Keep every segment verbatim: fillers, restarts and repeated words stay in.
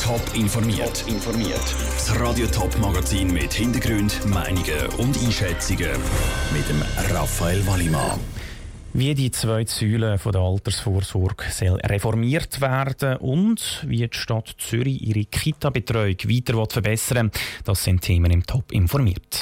Top informiert. Top informiert. Das Radio Top Magazin mit Hintergrund, Meinungen und Einschätzungen mit dem Raphael Wallimann. Wie die zwei Säulen von der Altersvorsorge soll reformiert werden und wie die Stadt Zürich ihre Kita-Betreuung weiter verbessern will, das sind Themen im Top informiert.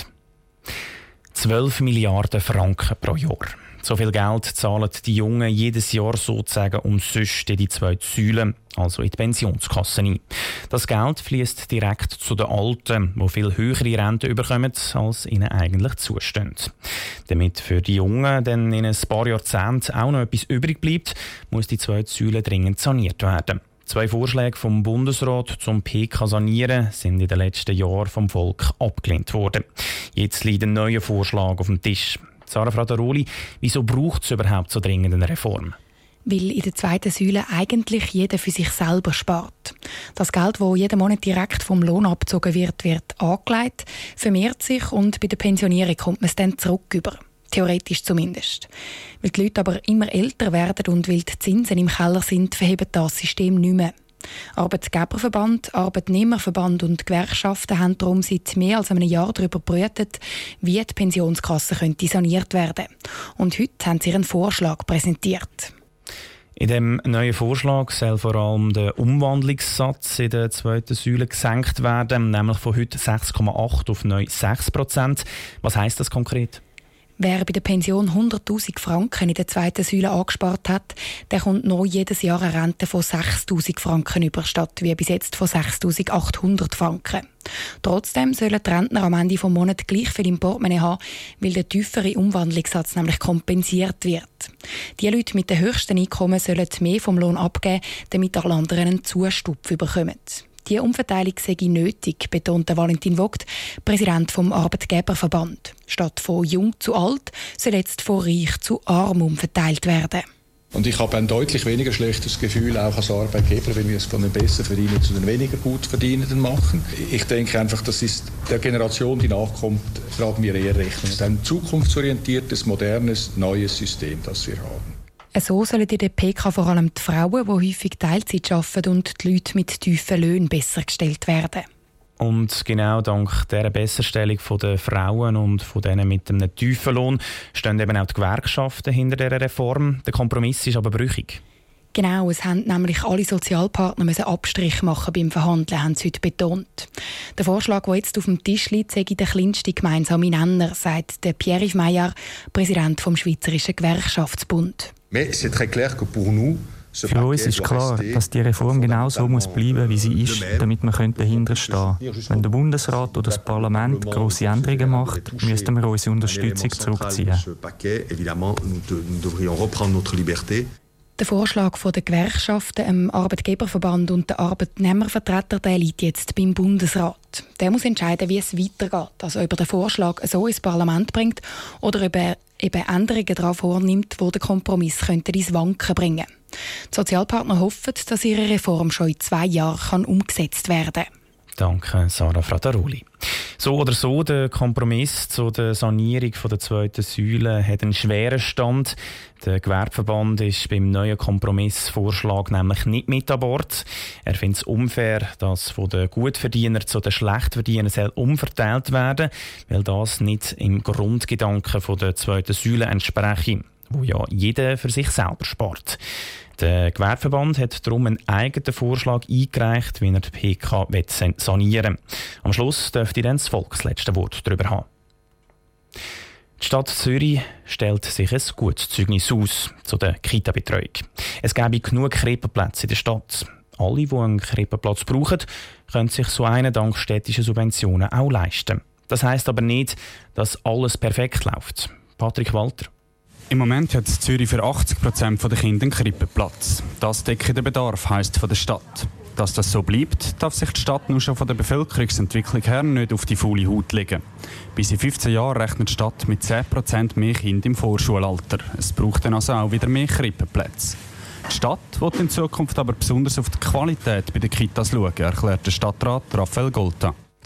zwölf Milliarden Franken pro Jahr. So viel Geld zahlen die Jungen jedes Jahr sozusagen umsonst in die zwei Säulen, also in die Pensionskassen ein. Das Geld fließt direkt zu den Alten, die viel höhere Renten bekommen, als ihnen eigentlich zustehen. Damit für die Jungen dann in ein paar Jahrzehnten auch noch etwas übrig bleibt, muss die zwei Säulen dringend saniert werden. Zwei Vorschläge vom Bundesrat zum P K sanieren sind in den letzten Jahren vom Volk abgelehnt worden. Jetzt liegt ein neuer Vorschlag auf dem Tisch. Sarah Frateroli, wieso braucht es überhaupt so dringend eine Reform? Weil in der zweiten Säule eigentlich jeder für sich selber spart. Das Geld, das jeden Monat direkt vom Lohn abgezogen wird, wird angelegt, vermehrt sich und bei der Pensionierung kommt man es dann zurück über. Theoretisch zumindest. Weil die Leute aber immer älter werden und weil die Zinsen im Keller sind, verhebt das System nicht mehr. Arbeitgeberverband, Arbeitnehmerverband und Gewerkschaften haben darum seit mehr als einem Jahr darüber gebrütet, wie die Pensionskasse könnte saniert werden. Und heute haben sie ihren Vorschlag präsentiert. In dem neuen Vorschlag soll vor allem der Umwandlungssatz in der zweiten Säule gesenkt werden, nämlich von heute sechs Komma acht auf neu sechs Prozent. Was heisst das konkret? Wer bei der Pension hunderttausend Franken in der zweiten Säule angespart hat, der kommt neu jedes Jahr eine Rente von sechstausend Franken über, statt wie bis jetzt von sechstausendachthundert Franken. Trotzdem sollen die Rentner am Ende des Monats gleich viel im Portemonnaie haben, weil der tiefere Umwandlungssatz nämlich kompensiert wird. Die Leute mit den höchsten Einkommen sollen mehr vom Lohn abgeben, damit alle anderen einen Zustupf bekommen. Diese Umverteilung sei nötig, betonte Valentin Vogt, Präsident vom Arbeitgeberverband. Statt von jung zu alt soll jetzt von reich zu arm umverteilt werden. Und ich habe ein deutlich weniger schlechtes Gefühl auch als Arbeitgeber, wenn wir es von den besser Verdienenden zu den weniger gut Verdienenden machen. Ich denke einfach, das ist der Generation, die nachkommt, tragen wir eher Rechnung. Es ist ein zukunftsorientiertes, modernes, neues System, das wir haben. So sollen in der P K vor allem die Frauen, die häufig Teilzeit arbeiten, und die Leute mit tiefen Löhnen besser gestellt werden. Und genau dank dieser Besserstellung der Frauen und von denen mit einem tiefen Lohn stehen eben auch die Gewerkschaften hinter dieser Reform. Der Kompromiss ist aber brüchig. Genau, es haben nämlich alle Sozialpartner müssen Abstrich machen beim Verhandeln, haben sie heute betont. Der Vorschlag, der jetzt auf dem Tisch liegt, sei der kleinste gemeinsame Nenner, sagt der Pierre-Yves Meyer, Präsident vom Schweizerischen Gewerkschaftsbund. Für uns ist klar, dass die Reform genau so muss bleiben, wie sie ist, damit wir dahinter stehen können. Wenn der Bundesrat oder das Parlament grosse Änderungen macht, müssten wir unsere Unterstützung zurückziehen. Der Vorschlag der Gewerkschaften, dem Arbeitgeberverband und den Arbeitnehmervertretern, der liegt jetzt beim Bundesrat. Der muss entscheiden, wie es weitergeht. Also ob er den Vorschlag so ins Parlament bringt oder ob er eben Änderungen daran vornimmt, die den Kompromiss könnten ins Wanken bringen könnten. Die Sozialpartner hoffen, dass ihre Reform schon in zwei Jahren umgesetzt werden kann. Danke, Sarah Frateroli. So oder so, der Kompromiss zu der Sanierung der zweiten Säule hat einen schweren Stand. Der Gewerbeverband ist beim neuen Kompromissvorschlag nämlich nicht mit an Bord. Er findet es unfair, dass von den Gutverdienern zu den Schlechtverdienern umverteilt werden soll, weil das nicht im Grundgedanken der zweiten Säule entspreche, wo ja jeder für sich selber spart. Der Gewerbeverband hat darum einen eigenen Vorschlag eingereicht, wie er die P K sanieren will. Am Schluss dürfte dann das Volk das letzte Wort darüber haben. Die Stadt Zürich stellt sich ein gutes Zeugnis aus zu der Kita-Betreuung. Es gäbe genug Krippenplätze in der Stadt. Alle, die einen Krippenplatz brauchen, können sich so einen dank städtischer Subventionen auch leisten. Das heisst aber nicht, dass alles perfekt läuft. Patrick Walter. Im Moment hat Zürich für achtzig Prozent der Kinder einen Krippenplatz. Das deckt der Bedarf, heisst von der Stadt. Dass das so bleibt, darf sich die Stadt nur schon von der Bevölkerungsentwicklung her nicht auf die faule Haut legen. Bis in fünfzehn Jahren rechnet die Stadt mit zehn Prozent mehr Kinder im Vorschulalter. Es braucht dann also auch wieder mehr Krippenplätze. Die Stadt will in Zukunft aber besonders auf die Qualität bei den Kitas schauen, erklärt der Stadtrat Raphael Golta.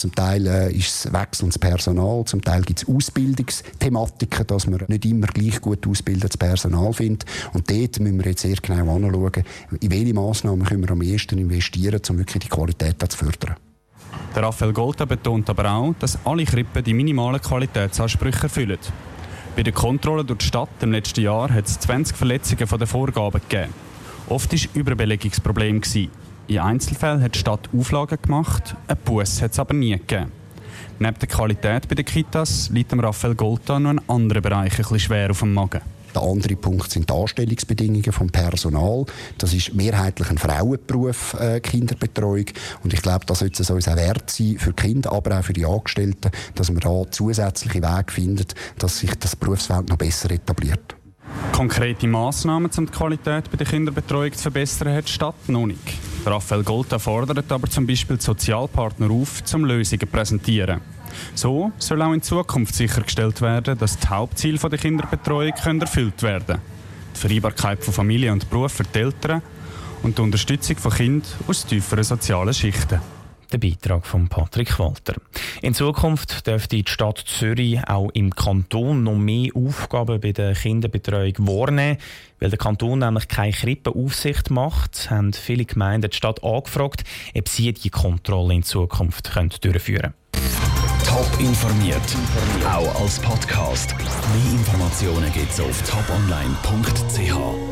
Zum Teil äh, ist es wechselndes Personal, zum Teil gibt es Ausbildungsthematiken, dass man nicht immer gleich gut ausgebildetes Personal findet. Und dort müssen wir jetzt sehr genau anschauen, in welche Massnahmen können wir am ehesten investieren, um wirklich die Qualität zu fördern. Der Raphael Golta betont aber auch, dass alle Krippen die minimalen Qualitätsansprüche erfüllen. Bei der Kontrolle durch die Stadt im letzten Jahr hat es zwanzig Verletzungen von den Vorgaben gegeben. Oft war ein Überbelegungsproblem. In Einzelfällen hat die Stadt Auflagen gemacht, einen Buss hat es aber nie gegeben. Neben der Qualität bei den Kitas liegt dem Raphael Golta noch ein anderer Bereich ein bisschen schwer auf dem Magen. Der andere Punkt sind die Anstellungsbedingungen vom Personal. Das ist mehrheitlich ein Frauenberuf, äh, Kinderbetreuung. Und ich glaube, das sollte es uns auch wert sein für die Kinder, aber auch für die Angestellten, dass man da zusätzliche Wege findet, dass sich das Berufsfeld noch besser etabliert. Konkrete Massnahmen, um die Qualität bei der Kinderbetreuung zu verbessern, hat die Stadt noch nicht. Raphael Golta fordert aber zum Beispiel die Sozialpartner auf, um Lösungen zu präsentieren. So soll auch in Zukunft sichergestellt werden, dass die Hauptziele der Kinderbetreuung erfüllt werden können. Die Vereinbarkeit von Familie und Beruf für die Eltern und die Unterstützung von Kindern aus tieferen sozialen Schichten. Der Beitrag von Patrick Walter. In Zukunft dürfte die Stadt Zürich auch im Kanton noch mehr Aufgaben bei der Kinderbetreuung wahrnehmen. Weil der Kanton nämlich keine Krippenaufsicht macht, haben viele Gemeinden die Stadt angefragt, ob sie die Kontrolle in Zukunft durchführen können. Top informiert, auch als Podcast. Mehr Informationen gibt es auf top online punkt c h.